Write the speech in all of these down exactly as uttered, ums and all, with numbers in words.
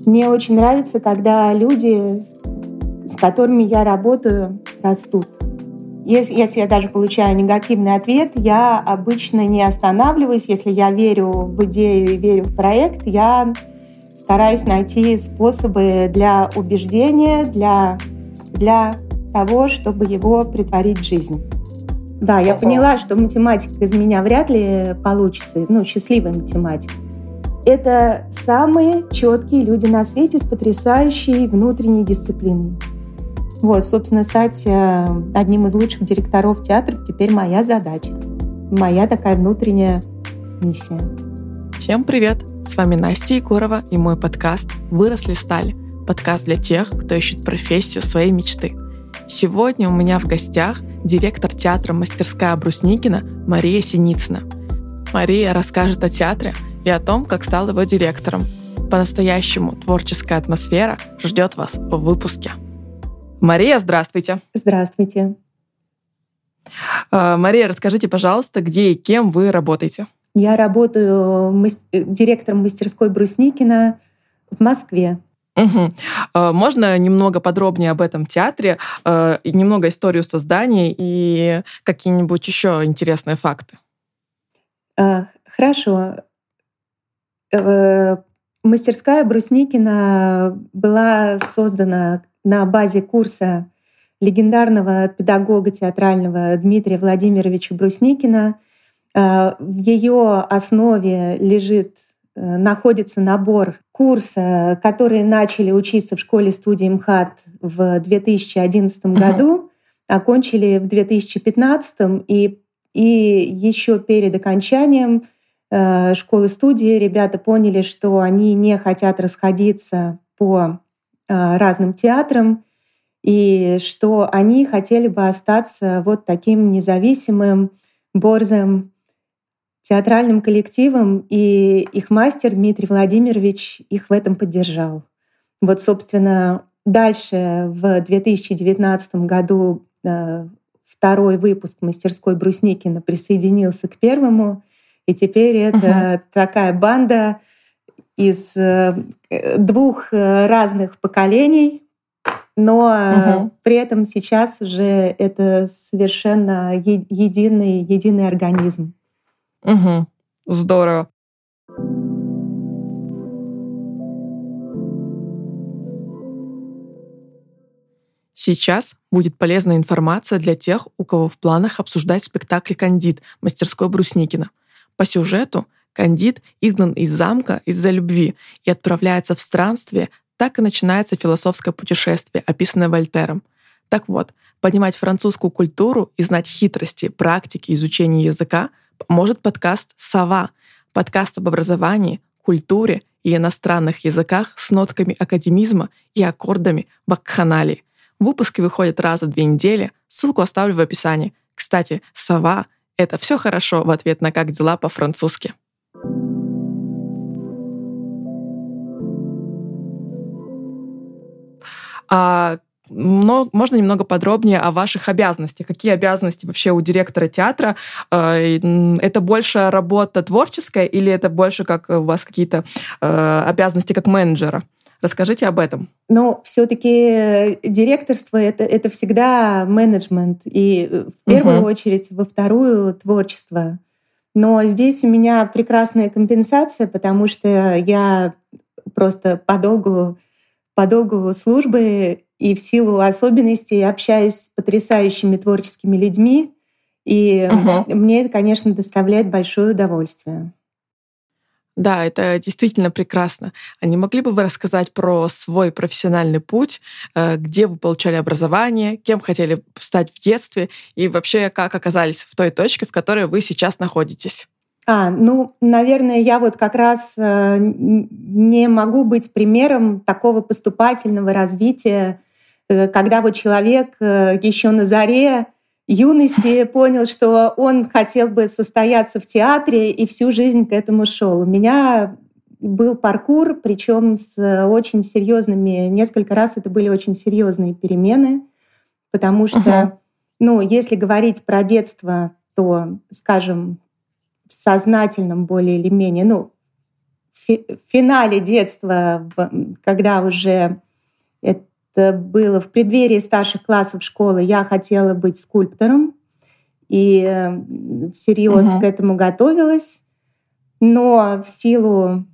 Мне очень нравится, когда люди, с которыми я работаю, растут. Если, если я даже получаю негативный ответ, я обычно не останавливаюсь. Если я верю в идею и верю в проект, я стараюсь найти способы для убеждения, для, для того, чтобы его претворить в жизнь. Да, я поняла, что математик из меня вряд ли получится, ну, счастливый математик. Это самые четкие люди на свете с потрясающей внутренней дисциплиной. Вот, собственно, стать одним из лучших директоров театров теперь моя задача. Моя такая внутренняя миссия. Всем привет! С вами Настя Егорова и мой подкаст «Выросли стали». Подкаст для тех, кто ищет профессию своей мечты. Сегодня у меня в гостях директор театра «Мастерская Брусникина» Мария Синицына. Мария расскажет о театре и о том, как стала его директором. По-настоящему творческая атмосфера ждет вас в выпуске. Мария, здравствуйте. Здравствуйте. Мария, расскажите, пожалуйста, где и кем вы работаете? Я работаю мас- директором мастерской Брусникина в Москве. Угу. Можно немного подробнее об этом театре, немного историю создания и какие-нибудь еще интересные факты? Хорошо. Мастерская Брусникина была создана на базе курса легендарного педагога театрального Дмитрия Владимировича Брусникина. В ее основе лежит, находится набор курса, которые начали учиться в школе-студии МХАТ в две тысячи одиннадцатом году, окончили в две тысячи пятнадцатом, и, и еще перед окончанием школы-студии ребята поняли, что они не хотят расходиться по разным театрам, и что они хотели бы остаться вот таким независимым, борзым театральным коллективом, и их мастер Дмитрий Владимирович их в этом поддержал. Вот, собственно, дальше в две тысячи девятнадцатом году второй выпуск мастерской Брусникина присоединился к первому, и теперь это uh-huh. такая банда из двух разных поколений, но uh-huh. при этом сейчас уже это совершенно единый, единый организм. Угу. Здорово. Сейчас будет полезная информация для тех, у кого в планах обсуждать спектакль «Кандид» мастерской Брусникина. По сюжету Кандид изгнан из замка из-за любви и отправляется в странствие. Так и начинается философское путешествие, описанное Вольтером. Так вот, понимать французскую культуру и знать хитрости, практики изучения языка поможет подкаст «Сова», подкаст об образовании, культуре и иностранных языках с нотками академизма и аккордами вакханалии. Выпуски выходят раз в две недели, ссылку оставлю в описании. Кстати, «Сова» — это все хорошо в ответ на «Как дела» по-французски. А Но можно немного подробнее о ваших обязанностях? Какие обязанности вообще у директора театра? Это больше работа творческая или это больше как у вас какие-то обязанности как менеджера? Расскажите об этом. Ну, все-таки директорство это, это всегда менеджмент, и в первую угу. очередь, во вторую творчество. Но здесь у меня прекрасная компенсация, потому что я просто по долгу, по долгу службы и в силу особенностей общаюсь с потрясающими творческими людьми, и uh-huh. мне это, конечно, доставляет большое удовольствие. Да, это действительно прекрасно. А не могли бы вы рассказать про свой профессиональный путь, где вы получали образование, кем хотели стать в детстве и вообще как оказались в той точке, в которой вы сейчас находитесь? А, ну, наверное, я вот как раз не могу быть примером такого поступательного развития, когда вот человек еще на заре юности понял, что он хотел бы состояться в театре и всю жизнь к этому шел. У меня был паркур, причем с очень серьезными, несколько раз это были очень серьезные перемены, потому что, uh-huh. ну, если говорить про детство, то, скажем, в сознательном более или менее, ну, фи- в финале детства, в- когда уже это было в преддверии старших классов школы, я хотела быть скульптором и э, всерьез к Мгм. этому готовилась. Но в силу,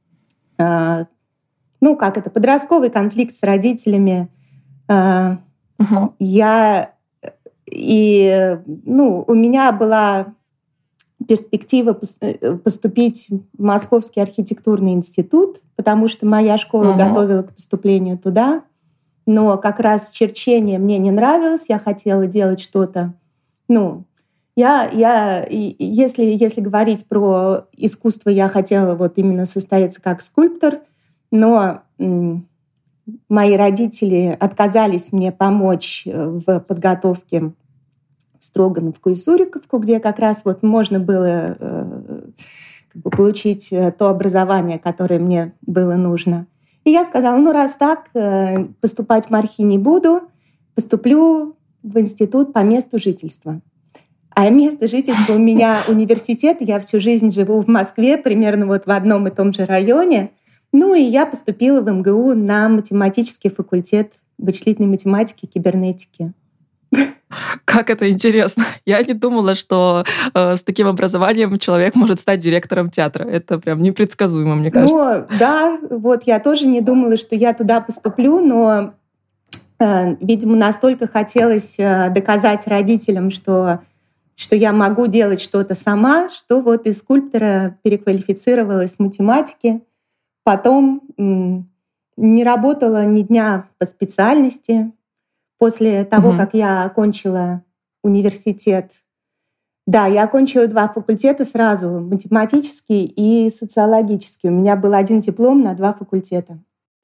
э, ну как это, подростковый конфликт с родителями, э, Мгм. я э, и э, ну, у меня была перспектива пос- э, поступить в Московский архитектурный институт, потому что моя школа Мгм. готовила к поступлению туда. Но как раз черчение мне не нравилось, я хотела делать что-то. Ну, я, я, и- и если, если говорить про искусство, я хотела вот именно состояться как скульптор, но м, мои родители отказались мне помочь э, в подготовке в Строгановку и Суриковку, где как раз вот можно было э, как бы получить э, то образование, которое мне было нужно. И я сказала, ну раз так, э, поступать в МАРХИ не буду, поступлю в институт по месту жительства. А место жительства у меня университет, я всю жизнь живу в Москве, примерно вот в одном и том же районе. Ну и я поступила в МГУ на математический факультет вычислительной математики и кибернетики. Как это интересно. Я не думала, что э, с таким образованием человек может стать директором театра. Это прям непредсказуемо, мне кажется. Ну да, вот я тоже не думала, что я туда поступлю, но, э, видимо, настолько хотелось э, доказать родителям, что, что я могу делать что-то сама, что вот из скульптора переквалифицировалась в математике. Потом м, не работала ни дня по специальности. После того, Мгм. как я окончила университет, да, я окончила два факультета сразу, математический и социологический. У меня был один диплом на два факультета.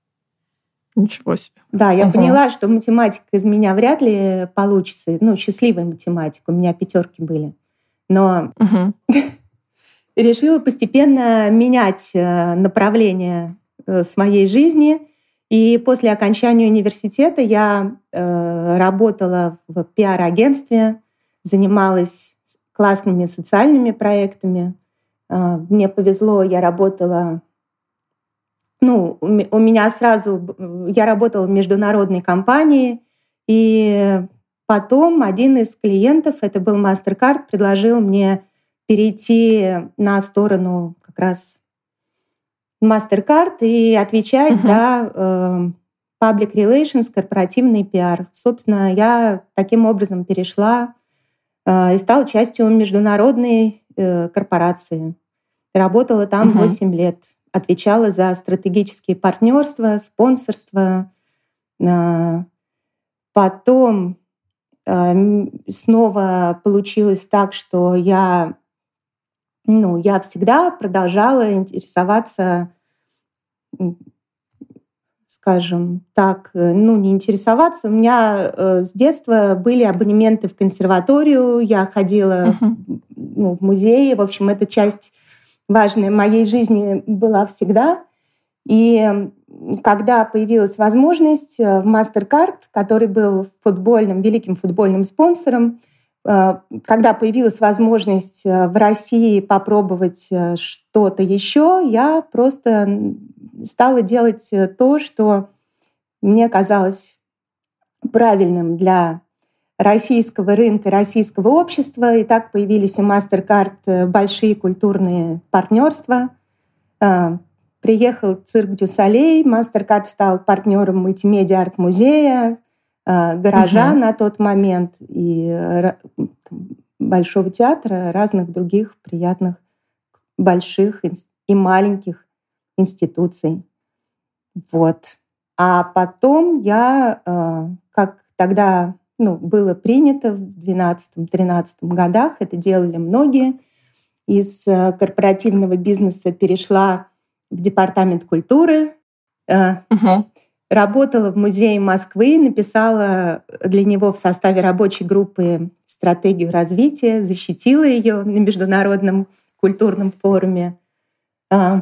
Ничего себе. Да, я Мгм. поняла, что математика из меня вряд ли получится. Ну, счастливая математика, у меня пятерки были. Но Мгм. решила постепенно менять э, направление э, своей жизни. И после окончания университета я э, работала в пиар-агентстве, занималась с- классными социальными проектами. Э, Мне повезло, я работала, ну, у ме- у меня сразу, б- я работала в международной компании, и потом один из клиентов, это был MasterCard, предложил мне перейти на сторону как раз MasterCard и отвечать Мгм. за э, public relations, корпоративный пиар. Собственно, я таким образом перешла э, и стала частью международной э, корпорации. Работала там Мгм. восемь лет. Отвечала за стратегические партнерства, спонсорство. А, Потом э, м, снова получилось так, что я, ну, я всегда продолжала интересоваться, м, скажем так, э, ну, не интересоваться. У меня э, с детства были абонементы в консерваторию, я ходила Мгм. м, ну, в музеи. В общем, эта часть важная в моей жизни была всегда. И м, когда появилась возможность э, в MasterCard, который был футбольным, великим футбольным спонсором, э, когда появилась возможность э, в России попробовать э, что-то еще, я просто м, стала делать э, то, что мне казалось правильным для российского рынка, российского общества. И так появились у MasterCard э, большие культурные партнерства. А, Приехал цирк Дю Солей, MasterCard стал партнером мультимедиа-арт-музея, а, гаража Мгм. на тот момент и э, ра- там, Большого театра, разных других приятных больших инс- и маленьких институций. Вот. А потом я, э, как тогда ну, было принято в двенадцатом-тринадцатом годах, это делали многие, из э, корпоративного бизнеса перешла в департамент культуры, э, Мгм. работала в музее Москвы, написала для него в составе рабочей группы стратегию развития, защитила ее на международном культурном форуме. А,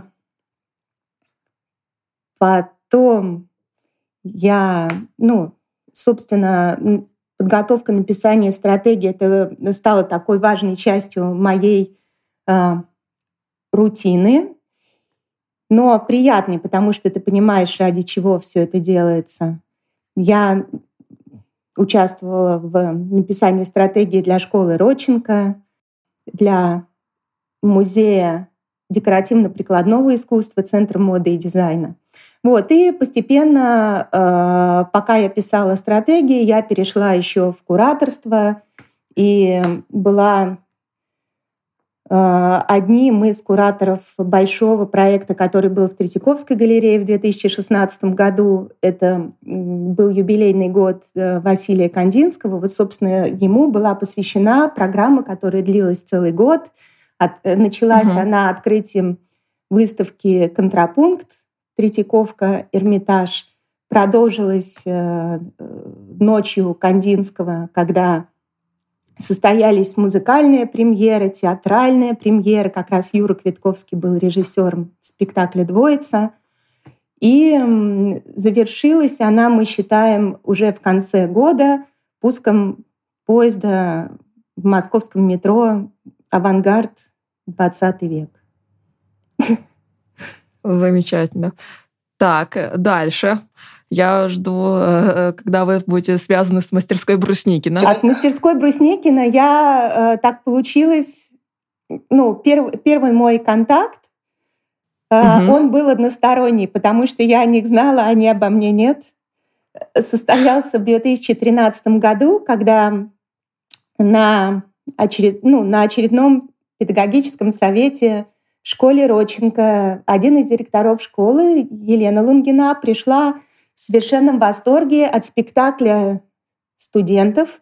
Потом я, ну, собственно, м, подготовка написания стратегии это стало такой важной частью моей а, рутины. но приятный, потому что ты понимаешь, ради чего все это делается. Я участвовала в написании стратегии для школы Родченко, для музея декоративно-прикладного искусства, Центра моды и дизайна. Вот. И постепенно, э, пока я писала стратегии, я перешла еще в кураторство и была э, одним из кураторов большого проекта, который был в Третьяковской галерее в две тысячи шестнадцатом году. Это был юбилейный год Василия Кандинского. Вот, собственно, ему была посвящена программа, которая длилась целый год. От, началась угу. она открытием выставки «Контрапункт», Третьяковка, Эрмитаж. Продолжилась э, ночью Кандинского, когда состоялись музыкальные премьеры, театральные премьеры. Как раз Юра Квитковский был режиссером спектакля «Двоица». И э, завершилась она, мы считаем, уже в конце года пуском поезда в московском метро «Авангард. двадцатый век». Замечательно. Так, дальше. Я жду, когда вы будете связаны с мастерской Брусникина. А с мастерской Брусникина я так получилось. Ну, первый, первый мой контакт, угу. он был односторонний, потому что я о них знала, а они обо мне нет. Состоялся в две тысячи тринадцатом году, когда на, очеред... ну, на очередном педагогическом совете в школе Родченко один из директоров школы, Елена Лунгина, пришла в совершенном восторге от спектакля студентов.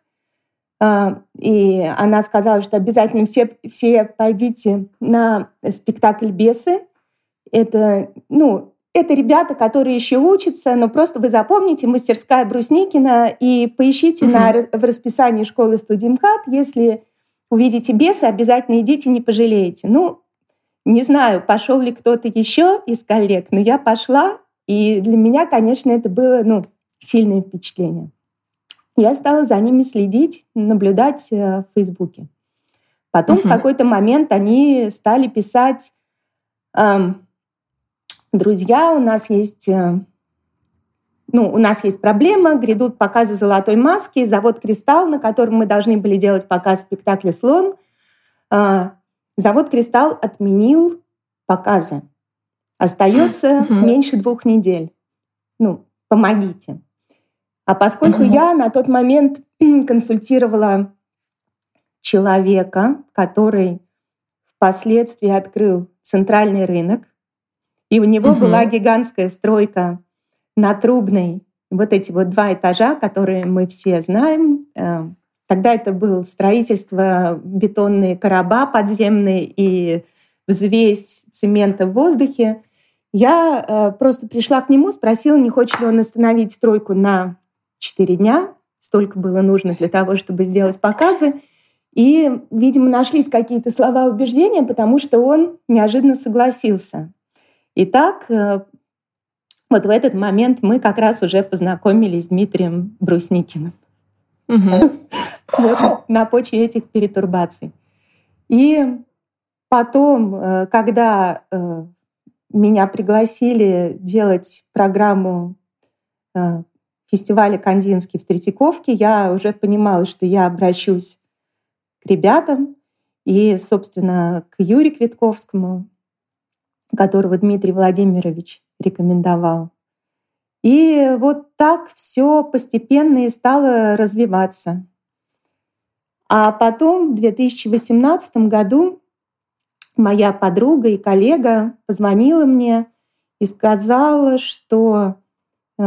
И она сказала, что обязательно все, все пойдите на спектакль «Бесы». Это, ну, это ребята, которые еще учатся, но просто вы запомните мастерская Брусникина и поищите mm-hmm. на, в расписании школы «Студимхат». Если увидите «Бесы», обязательно идите, не пожалеете. Ну, не знаю, пошел ли кто-то еще из коллег, но я пошла, и для меня, конечно, это было ну, сильное впечатление. Я стала за ними следить, наблюдать в Фейсбуке. Потом uh-huh. в какой-то момент они стали писать: эм, «Друзья, у нас есть, э, ну, у нас есть проблема, грядут показы «Золотой маски», завод «Кристалл», на котором мы должны были делать показ спектакля «Слон». Э, Завод «Кристалл» отменил показы. Остается mm-hmm. меньше двух недель. Ну, помогите». А поскольку mm-hmm. я на тот момент консультировала человека, который впоследствии открыл центральный рынок, и у него mm-hmm. была гигантская стройка на Трубной, вот эти вот два этажа, которые мы все знаем. Тогда это было строительство, бетонные короба подземные и взвесь цемента в воздухе. Я э, просто пришла к нему, спросила, не хочет ли он остановить стройку на четыре дня. Столько было нужно для того, чтобы сделать показы. И, видимо, нашлись какие-то слова убеждения, потому что он неожиданно согласился. И так, э, вот в этот момент мы как раз уже познакомились с Дмитрием Брусникиным. Угу. Вот, на почве этих перетурбаций. И потом, когда меня пригласили делать программу фестиваля «Кандинский» в Третьяковке, я уже понимала, что я обращусь к ребятам и, собственно, к Юре Квитковскому, которого Дмитрий Владимирович рекомендовал. И вот так все постепенно и стало развиваться. А потом, в две тысячи восемнадцатом году, моя подруга и коллега позвонила мне и сказала, что э,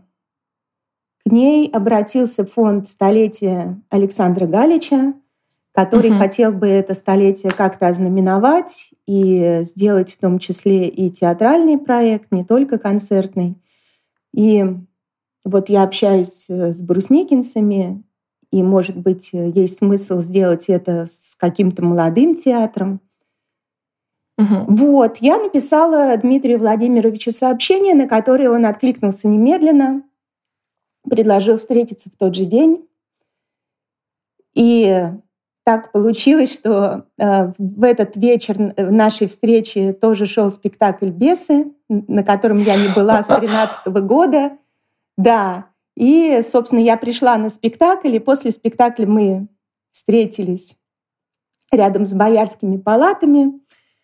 к ней обратился фонд столетия Александра Галича, который uh-huh. хотел бы это столетие как-то ознаменовать и сделать в том числе и театральный проект, не только концертный. И вот я общаюсь с брусникинцами, и, может быть, есть смысл сделать это с каким-то молодым театром. Угу. Вот, я написала Дмитрию Владимировичу сообщение, на которое он откликнулся немедленно, предложил встретиться в тот же день. И так получилось, что э, в этот вечер нашей встречи тоже шел спектакль «Бесы», на котором я не была с тринадцатого года. Да, и, собственно, я пришла на спектакль, и после спектакля мы встретились рядом с Боярскими палатами.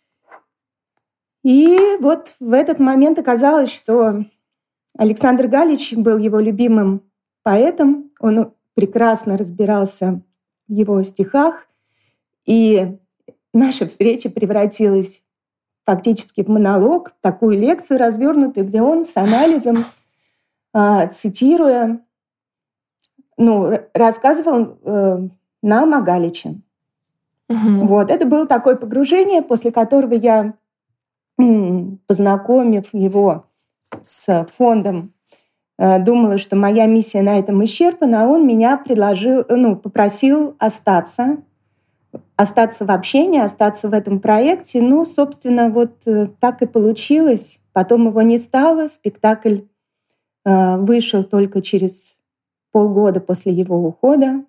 И вот в этот момент оказалось, что Александр Галич был его любимым поэтом. Он прекрасно разбирался в его стихах. И наша встреча превратилась фактически в монолог, в такую лекцию развернутую, где он с анализом, цитируя, ну, рассказывал э, нам о Галиче. Угу. Вот. Это было такое погружение, после которого я, познакомив его с фондом, думала, что моя миссия на этом исчерпана, а он меня предложил, ну, попросил остаться, остаться в общении, остаться в этом проекте. Ну, собственно, вот так и получилось. Потом его не стало, спектакль э, вышел только через полгода после его ухода.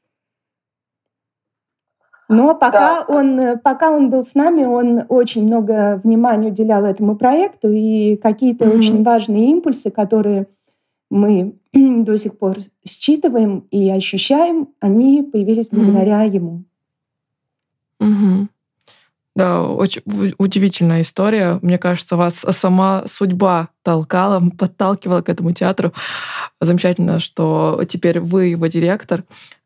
Но пока, да. он, пока он был с нами, он очень много внимания уделял этому проекту, и какие-то mm-hmm. очень важные импульсы, которые мы до сих пор считываем и ощущаем, они появились благодаря mm-hmm. ему. Mm-hmm. Да, очень удивительная история. Мне кажется, вас сама судьба толкала, подталкивала к этому театру. Замечательно, что теперь вы его директор.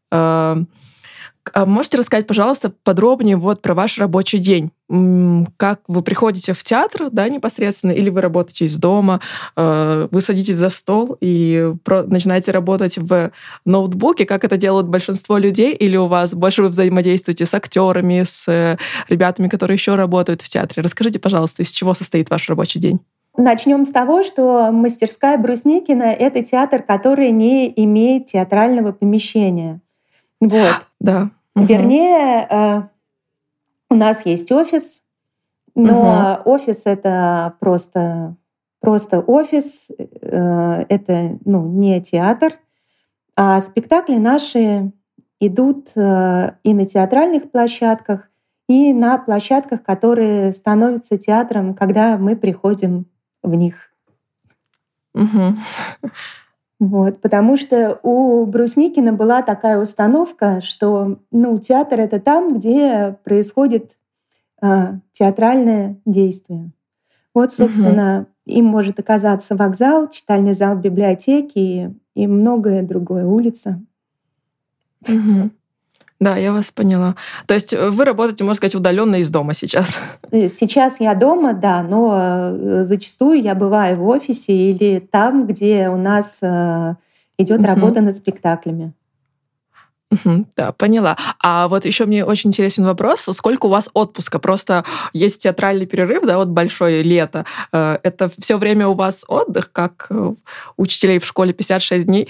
А можете рассказать, пожалуйста, подробнее вот про ваш рабочий день? Как вы приходите в театр, да, непосредственно, или вы работаете из дома, вы садитесь за стол и начинаете работать в ноутбуке, как это делают большинство людей, или у вас больше вы взаимодействуете с актерами, с ребятами, которые еще работают в театре? Расскажите, пожалуйста, из чего состоит ваш рабочий день? Начнем с того, что мастерская Брусникина — это театр, который не имеет театрального помещения. Вот. Да. Угу. Вернее, э, у нас есть офис, но угу. офис — это просто, просто офис, э, это ну, не театр. А спектакли наши идут э, и на театральных площадках, и на площадках, которые становятся театром, когда мы приходим в них. Угу. Вот, потому что у Брусникина была такая установка, что ну, театр — это там, где происходит э, театральное действие. Вот, собственно, угу. им может оказаться вокзал, читальный зал библиотеки и, и многое другое, улица. Угу. Да, я вас поняла. То есть вы работаете, можно сказать, удаленно из дома сейчас? Сейчас я дома, да, но зачастую я бываю в офисе или там, где у нас идет угу. работа над спектаклями. Угу, да, поняла. А вот еще мне очень интересен вопрос, сколько у вас отпуска? Просто есть театральный перерыв, да, вот большое лето. Это все время у вас отдых, как у учителей в школе пятьдесят шесть дней?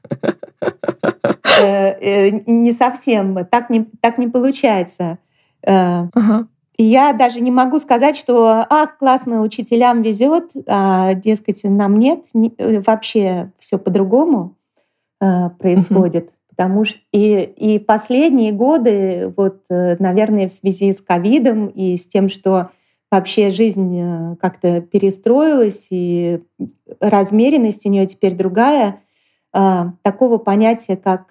Не совсем. Так не, так не получается. Ага. Я даже не могу сказать, что ах, классно, учителям везет, а, дескать, нам нет. Вообще все по-другому происходит. Угу. Потому что и, и последние годы, вот, наверное, в связи с ковидом и с тем, что вообще жизнь как-то перестроилась, и размеренность у нее теперь другая, такого понятия, как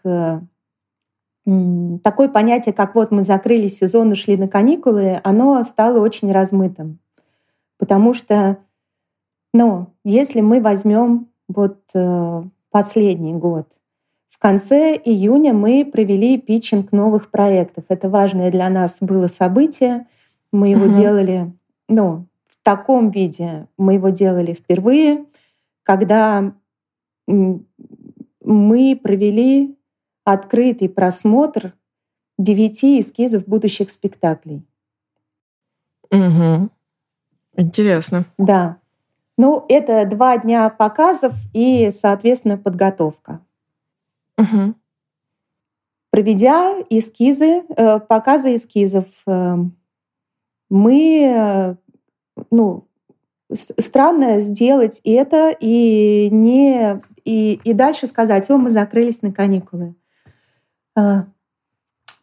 такое понятие, как вот мы закрыли сезон, ушли на каникулы, оно стало очень размытым. Потому что, ну, если мы возьмем вот последний год, в конце июня мы провели питчинг новых проектов. Это важное для нас было событие. Мы его uh-huh. делали, ну, в таком виде мы его делали впервые, когда мы провели открытый просмотр девяти эскизов будущих спектаклей. Угу. Интересно. Да. Ну, это два дня показов и, соответственно, подготовка. Угу. Проведя эскизы, показы эскизов, мы, ну, странно сделать это и не и, и дальше сказать: о, мы закрылись на каникулы.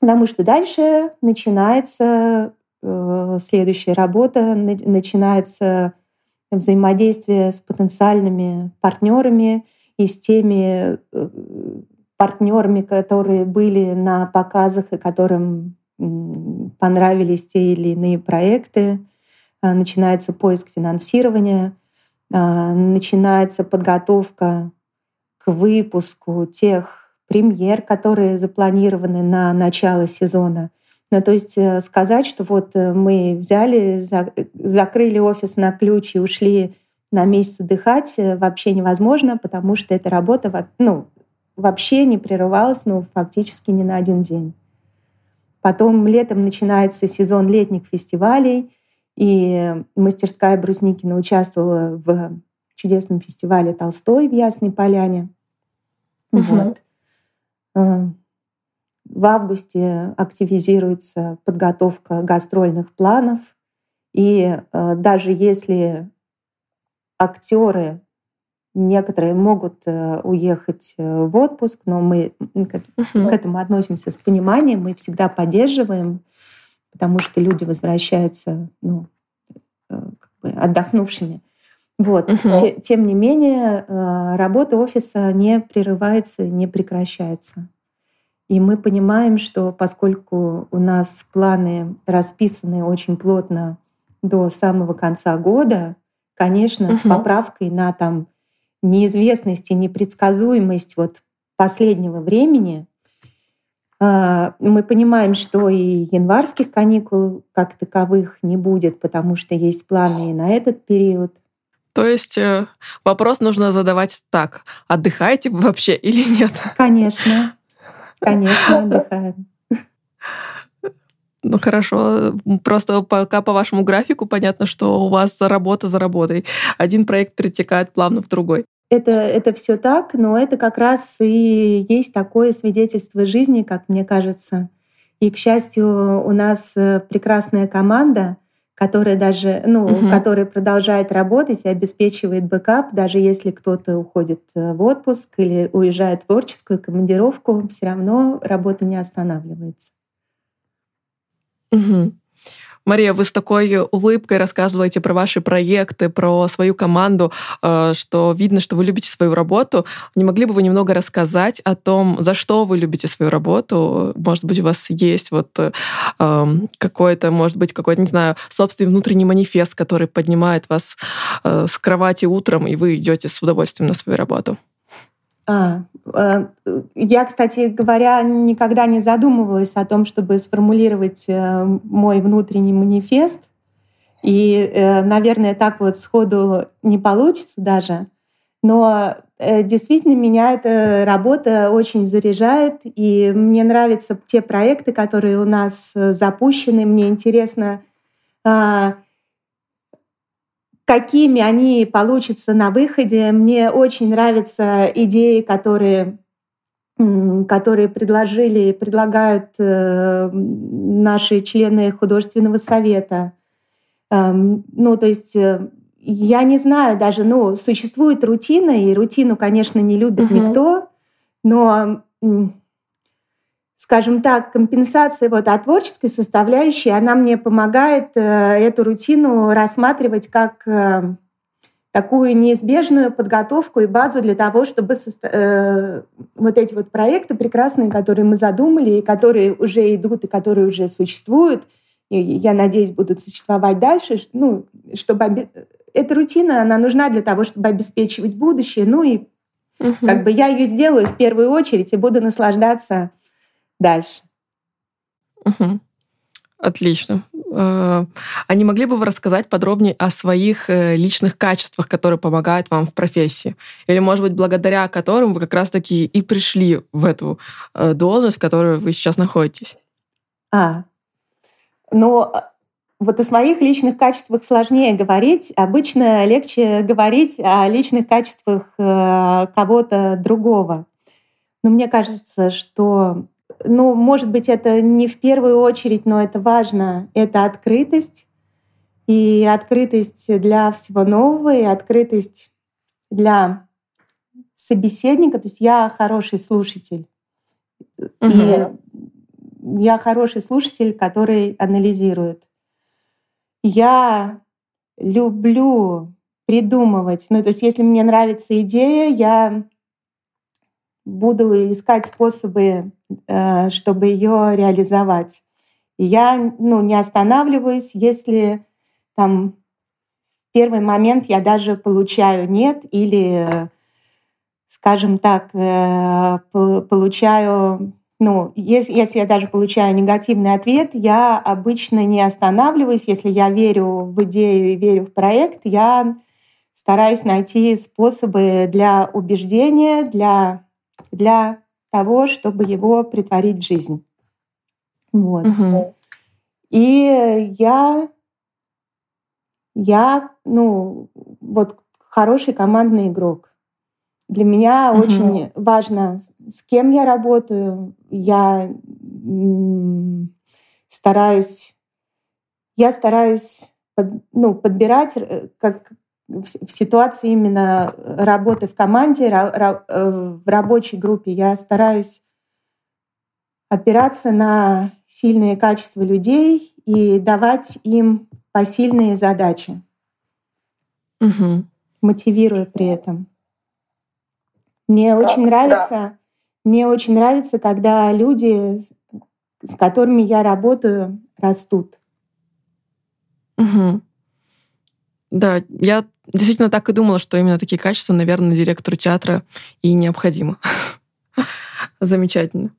Потому что дальше начинается э, следующая работа, на- начинается взаимодействие с потенциальными партнерами и с теми э, партнерами, которые были на показах и которым м, понравились те или иные проекты. А, Начинается поиск финансирования, а, начинается подготовка к выпуску тех премьер, которые запланированы на начало сезона. Ну, то есть э, сказать, что вот э, мы взяли, за- э, закрыли офис на ключ и ушли на месяц отдыхать, э, вообще невозможно, потому что эта работа во- ну, вообще не прерывалась, ну, фактически ни на один день. Потом летом начинается сезон летних фестивалей, и мастерская Брусникина участвовала в чудесном фестивале «Толстой» в Ясной Поляне. Мгм. Вот. Э, В августе активизируется подготовка гастрольных планов. И э, даже если актеры некоторые могут э, уехать э, в отпуск, но мы м, к, к Мгм. этому относимся с пониманием, мы всегда поддерживаем, потому что люди возвращаются, ну, э, как бы отдохнувшими. Вот. Мгм. Те- тем не менее, э, работа офиса не прерывается, не прекращается. И мы понимаем, что поскольку у нас планы расписаны очень плотно до самого конца года, конечно, с Мгм. поправкой на там неизвестность и непредсказуемость вот последнего времени, а, мы понимаем, что и январских каникул как таковых не будет, потому что есть планы и на этот период. То есть э, вопрос нужно задавать так: отдыхаете вы вообще или нет? Конечно, конечно, отдыхаем. Ну хорошо, м, просто пока по вашему графику понятно, что у вас работа за работой. Один проект перетекает плавно в другой. Это, это все так, но это как раз и есть такое свидетельство жизни, как мне кажется. И, к счастью, у нас э, прекрасная команда, которая даже, ну, Мгм. которая продолжает работать и обеспечивает бэкап, даже если кто-то уходит э, в отпуск или уезжает в творческую командировку, все равно работа не останавливается. Мгм. Мария, вы с такой улыбкой рассказываете про ваши проекты, про свою команду, э, что видно, что вы любите свою работу. Не могли бы вы немного рассказать о том, за что вы любите свою работу? Может быть, у вас есть вот э, ам, какой-то, может быть, какой-то, не знаю, собственный внутренний манифест, который поднимает вас э, с кровати утром, и вы идете с удовольствием на свою работу. А, э, я, кстати говоря, никогда не задумывалась о том, чтобы сформулировать э, мой внутренний манифест. И, э, наверное, так вот сходу не получится даже. Но э, действительно меня эта работа очень заряжает, и мне нравятся те проекты, которые у нас э, запущены. Мне интересно, а, какими они получатся на выходе. Мне очень нравятся идеи, которые м, которые предложили, предлагают э, наши члены художественного совета. Эм, Ну, то есть э, я не знаю даже, ну, существует рутина, и рутину, конечно, не любит Мгм. никто, но, м, скажем так, компенсация вот от творческой составляющей, она мне помогает э, эту рутину рассматривать как э, такую неизбежную подготовку и базу для того, чтобы соста- э, вот эти вот проекты прекрасные, которые мы задумали, и которые уже идут, и которые уже существуют, и я надеюсь, будут существовать дальше, ш- ну, чтобы обе- эта рутина, она нужна для того, чтобы обеспечивать будущее. Ну и как Мгм. бы я ее сделаю в первую очередь и буду наслаждаться дальше. Мгм. Отлично. Э, А не могли бы вы рассказать подробнее о своих э, личных качествах, которые помогают вам в профессии? Или, может быть, благодаря которым вы как раз-таки и пришли в эту э, должность, в которой вы сейчас находитесь? А, но а, вот о своих личных качествах сложнее говорить. Обычно легче говорить о личных качествах э, кого-то другого. Но мне кажется, что, ну, может быть, это не в первую очередь, но это важно. Это открытость. И открытость для всего нового, и открытость для собеседника. То есть я хороший слушатель. И Мгм. я хороший слушатель, который анализирует. Я люблю придумывать. Ну, то есть если мне нравится идея, я буду искать способы, э, чтобы ее реализовать. И я, ну, не останавливаюсь, если там в первый момент я даже получаю «нет» или, скажем так, э, по- получаю... Ну, если, если я даже получаю негативный ответ, я обычно не останавливаюсь. Если я верю в идею и верю в проект, я стараюсь найти способы для убеждения, для, для того, чтобы его претворить в жизнь. Вот. Мгм. И я, я, ну, вот хороший командный игрок. Для меня Мгм. очень важно, с кем я работаю. Я м, стараюсь, я стараюсь под- ну, подбирать, э, как в с- в ситуации именно работы в команде, ра- ра- э, в рабочей группе, я стараюсь опираться на сильные качества людей и давать им посильные задачи, Мгм. мотивируя при этом. Мне очень Да. нравится, мне очень нравится, когда люди, с с которыми я работаю, растут. Мгм. Да, я действительно так и думала, что именно такие качества, наверное, директору театра и необходимы. Замечательно.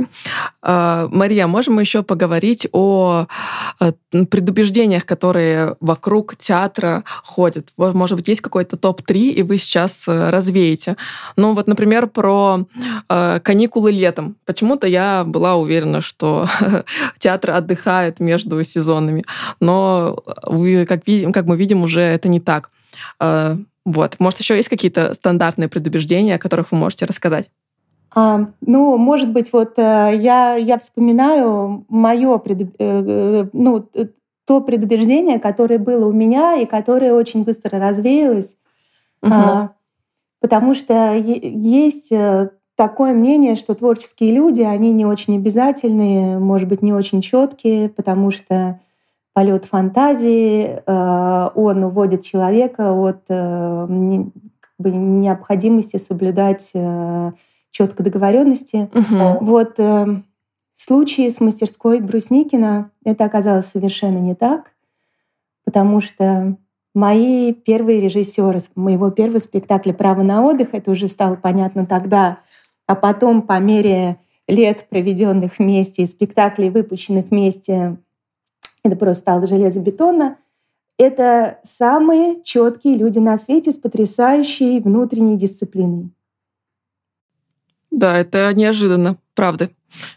А, Мария, можем мы еще поговорить о э, предубеждениях, которые вокруг театра ходят? Вот, может быть, есть какой-то топ три, и вы сейчас э, развеете. Ну вот, например, про э, каникулы летом. Почему-то я была уверена, что театр отдыхает между сезонами, но вы, как, видим, как мы видим, уже это не так. Э, Вот. Может, еще есть какие-то стандартные предубеждения, о которых вы можете рассказать? А, ну, может быть, вот э, я, я вспоминаю мое ну, т- то предубеждение, которое было у меня и которое очень быстро развеялось. Мгм. А, потому что е- есть э, такое мнение, что творческие люди, они не очень обязательные, может быть, не очень четкие, потому что полет фантазии, э, он уводит человека от э, не- как бы необходимости соблюдать четко договоренности. Мгм. Вот э, в случае с мастерской Брусникина это оказалось совершенно не так, потому что мои первые режиссеры моего первого спектакля «Право на отдых», это уже стало понятно тогда, а потом по мере лет, проведенных вместе, и спектаклей, выпущенных вместе, это просто стало железобетонно. Это самые четкие люди на свете с потрясающей внутренней дисциплиной. Да, это неожиданно, правда.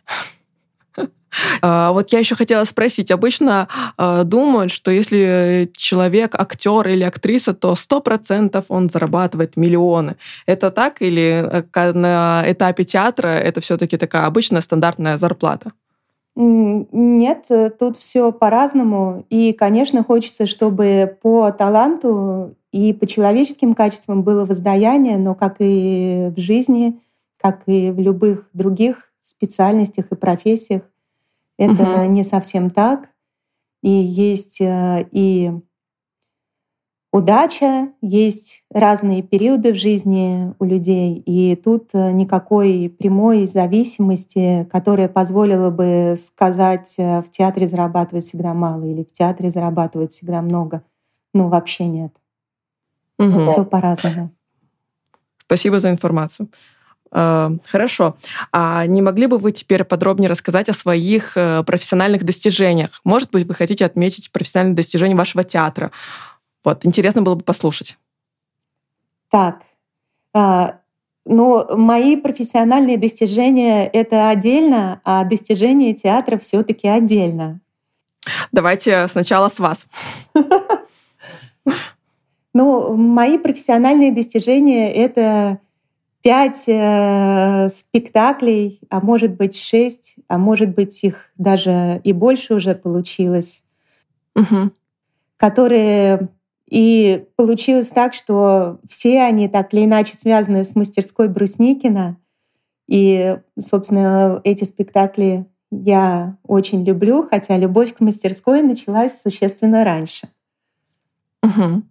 А, Вот я еще хотела спросить. Обычно а, думают, что если человек актер или актриса, то сто процентов он зарабатывает миллионы. Это так или э, ка- на этапе театра это все-таки такая обычная стандартная зарплата? М, Нет, э, тут все по-разному. И, конечно, хочется, чтобы по таланту и по человеческим качествам было воздаяние, но как и в жизни, как и в любых других специальностях и профессиях, Мгм. это не совсем так. И есть э, и удача, есть разные периоды в жизни у людей, и тут э, никакой прямой зависимости, которая позволила бы сказать, э, в театре зарабатывать всегда мало или в театре зарабатывать всегда много. Ну, вообще нет. Мгм. Все по-разному. Спасибо за информацию. А, Хорошо. А не могли бы вы теперь подробнее рассказать о своих э, профессиональных достижениях? Может быть, вы хотите отметить профессиональные достижения вашего театра? Вот, интересно было бы послушать. Так, а, но мои профессиональные достижения — это отдельно, а достижения театра все таки отдельно. Давайте сначала с вас. Ну, мои профессиональные достижения — это пять э, спектаклей, а может быть шесть, а может быть их даже и больше уже получилось, Мгм. которые и получилось так, что все они так или иначе связаны с мастерской Брусникина. И, собственно, эти спектакли я очень люблю, хотя любовь к мастерской началась существенно раньше. Мгм.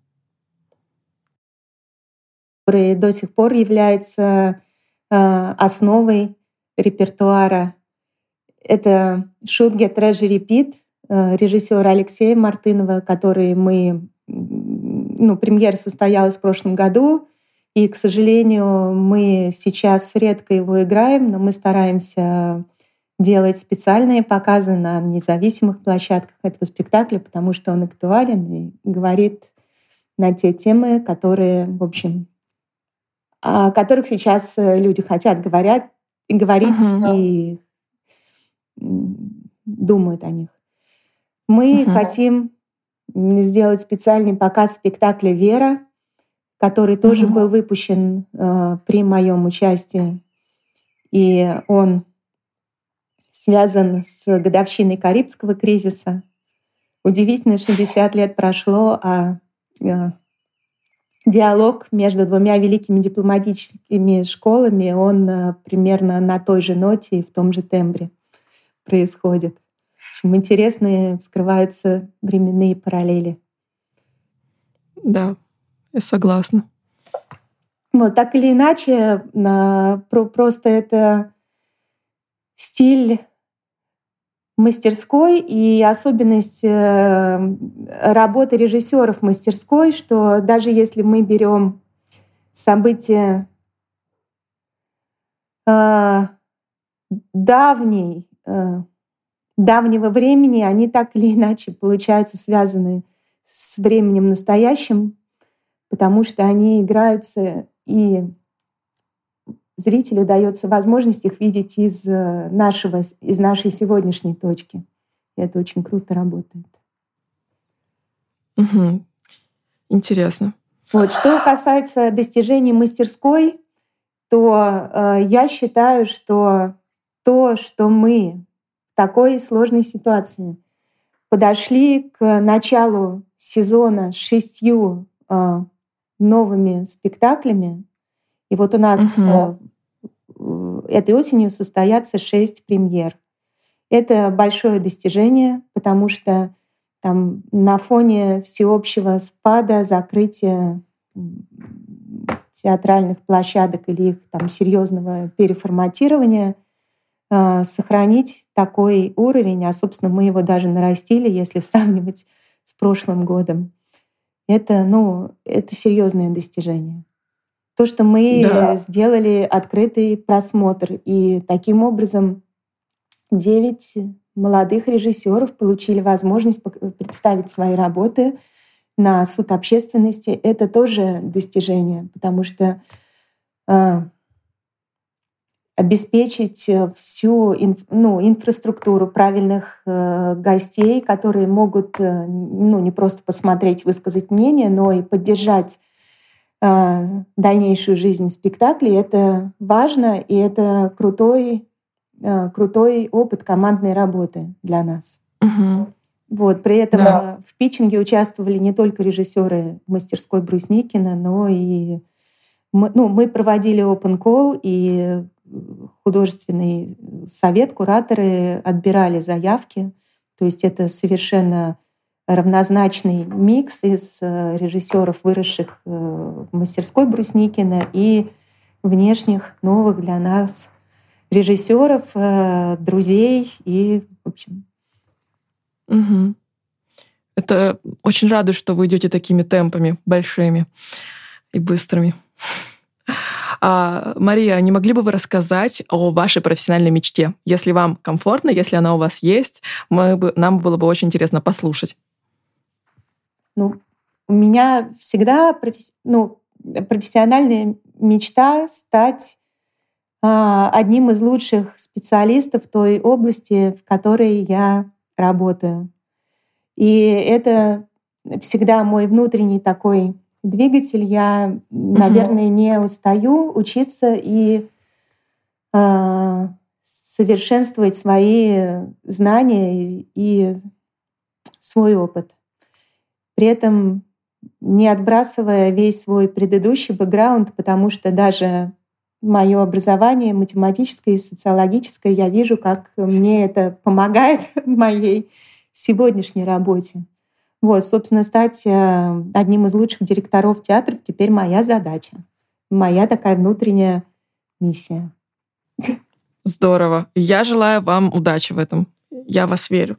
Который до сих пор является э, основой репертуара. Это «Should get treasure repeat» э, режиссера Алексея Мартынова, который мы... Ну, премьера состоялась в прошлом году, и, к сожалению, мы сейчас редко его играем, но мы стараемся делать специальные показы на независимых площадках этого спектакля, потому что он актуален и говорит на те темы, которые, в общем, о которых сейчас люди хотят говорят, и говорить, Мгм. и м, думают о них. Мы Мгм. хотим м, сделать специальный показ спектакля «Вера», который тоже Мгм. был выпущен э, при моем участии. И он связан с годовщиной Карибского кризиса. Удивительно, шестьдесят лет прошло, а э, диалог между двумя великими дипломатическими школами, он э, примерно на той же ноте и в том же тембре происходит. В общем, интересные вскрываются временные параллели. Да, я согласна. Вот, так или иначе, а, про- просто это стиль мастерской и особенность э, работы режиссеров мастерской, что даже если мы берем события э, давней, э, давнего времени, они так или иначе получаются связаны с временем настоящим, потому что они играются, и зрителю дается возможность их видеть из э, нашего, из нашей сегодняшней точки. И это очень круто работает. Мгм. Интересно. Вот. Что касается достижений мастерской, то э, я считаю, что то, что мы в такой сложной ситуации подошли к началу сезона с шестью э, новыми спектаклями, и вот у нас Мгм. э, э, этой осенью состоятся шесть премьер. Это большое достижение, потому что там на фоне всеобщего спада, закрытия м, театральных площадок или их там серьезного переформатирования э, сохранить такой уровень, а собственно мы его даже нарастили, если сравнивать с прошлым годом. Это, ну, это серьезное достижение. То, что мы Да. сделали открытый просмотр, и таким образом девять молодых режиссеров получили возможность пок- представить свои работы на суд общественности. Это тоже достижение, потому что э, обеспечить э, всю инф- ну, инфраструктуру правильных э, гостей, которые могут э, ну, не просто посмотреть, высказать мнение, но и поддержать э, дальнейшую жизнь спектаклей. Это важно, и это крутой, э, крутой опыт командной работы для нас. Мгм. Вот. При этом Да. э, в питчинге участвовали не только режиссеры мастерской Брусникина, но и мы, ну, мы проводили open call, и художественный совет, кураторы отбирали заявки. То есть это совершенно равнозначный микс из э, режиссеров, выросших э, в мастерской Брусникина, и внешних новых для нас режиссеров, э, друзей и, в общем. Мгм. Это очень радует, что вы идете такими темпами большими и быстрыми. А, Мария, не могли бы вы рассказать о вашей профессиональной мечте? Если вам комфортно, если она у вас есть, мы бы, нам было бы очень интересно послушать. Ну, у меня всегда професс- ну, профессиональная мечта стать а, одним из лучших специалистов в той области, в которой я работаю. И это всегда мой внутренний такой двигатель. Я, наверное, не устаю учиться и а, совершенствовать свои знания и и свой опыт. При этом не отбрасывая весь свой предыдущий бэкграунд, потому что даже мое образование математическое и социологическое, я вижу, как мне это помогает в моей сегодняшней работе. Вот, собственно, стать одним из лучших директоров театров теперь моя задача, моя такая внутренняя миссия. Здорово. Я желаю вам удачи в этом. Я вас верю.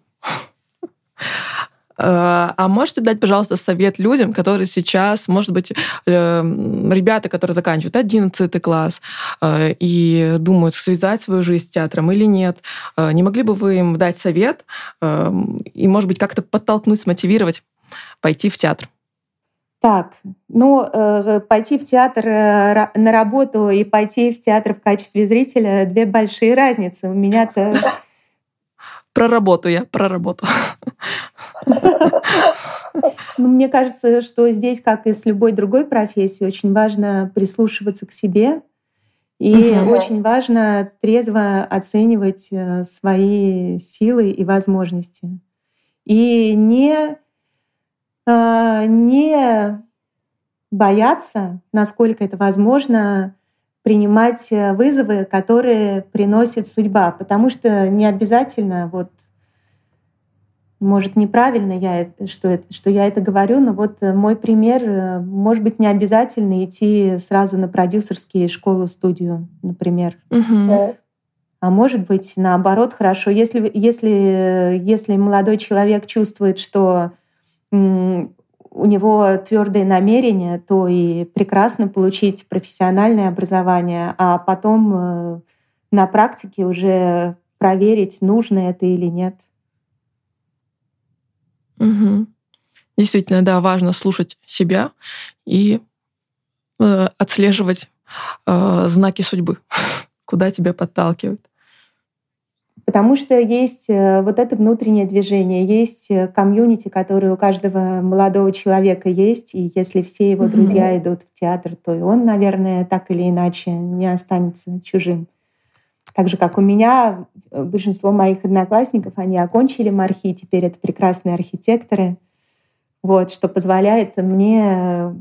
А можете дать, пожалуйста, совет людям, которые сейчас, может быть, ребята, которые заканчивают одиннадцатый класс и думают, связать свою жизнь с театром или нет? Не могли бы вы им дать совет и, может быть, как-то подтолкнуть, смотивировать пойти в театр? Так, ну, пойти в театр на работу и пойти в театр в качестве зрителя — две большие разницы. У меня-то... Про работу я, про работу. Ну, мне кажется, что здесь, как и с любой другой профессией, очень важно прислушиваться к себе и угу. очень важно трезво оценивать свои силы и возможности. И не, не бояться, насколько это возможно, принимать вызовы, которые приносит судьба. Потому что не обязательно, вот, может, неправильно я, что, это, что я это говорю, но вот мой пример, может быть, не обязательно идти сразу на продюсерские школу-студию, например. Угу. А может быть, наоборот, хорошо. Если, если, если молодой человек чувствует, что м, у него твердые намерения, то и прекрасно получить профессиональное образование, а потом э, на практике уже проверить, нужно это или нет. Угу. Действительно, да, важно слушать себя и э, отслеживать э, знаки судьбы, куда тебя подталкивает. Потому что есть вот это внутреннее движение, есть комьюнити, которое у каждого молодого человека есть, и если все его друзья mm-hmm. идут в театр, то и он, наверное, так или иначе не останется чужим. Так же, как у меня, большинство моих одноклассников, они окончили МАРХИ, теперь это прекрасные архитекторы, вот, что позволяет мне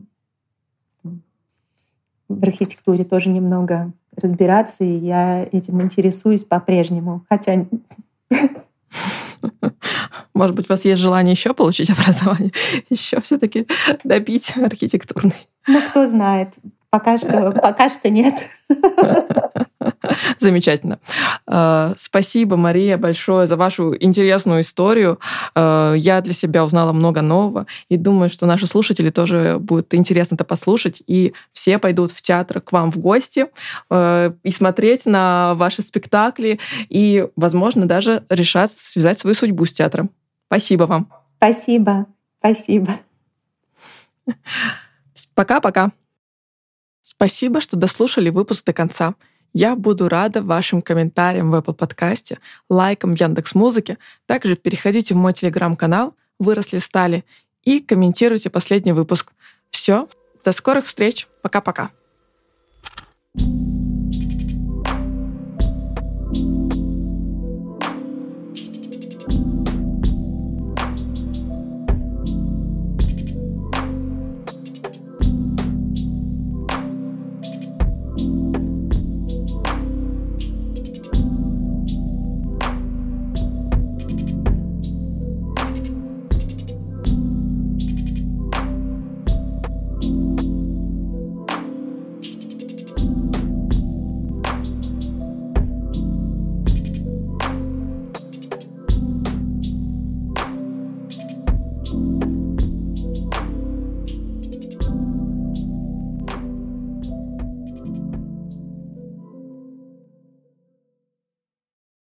в архитектуре тоже немного разбираться, и я этим интересуюсь по-прежнему. Хотя... Может быть, у вас есть желание еще получить образование, еще все-таки добить архитектурный? Ну, кто знает. Пока что, пока что нет. Замечательно. Спасибо, Мария, большое за вашу интересную историю. Я для себя узнала много нового и думаю, что наши слушатели тоже будет интересно это послушать, и все пойдут в театр к вам в гости и смотреть на ваши спектакли, и, возможно, даже решат связать свою судьбу с театром. Спасибо вам. Спасибо. Спасибо. Пока-пока. Спасибо, что дослушали выпуск до конца. Я буду рада вашим комментариям в Apple подкасте, лайкам в Яндекс.Музыке. Также переходите в мой телеграм-канал «Выросли стали» и комментируйте последний выпуск. Все, до скорых встреч. Пока-пока. thank you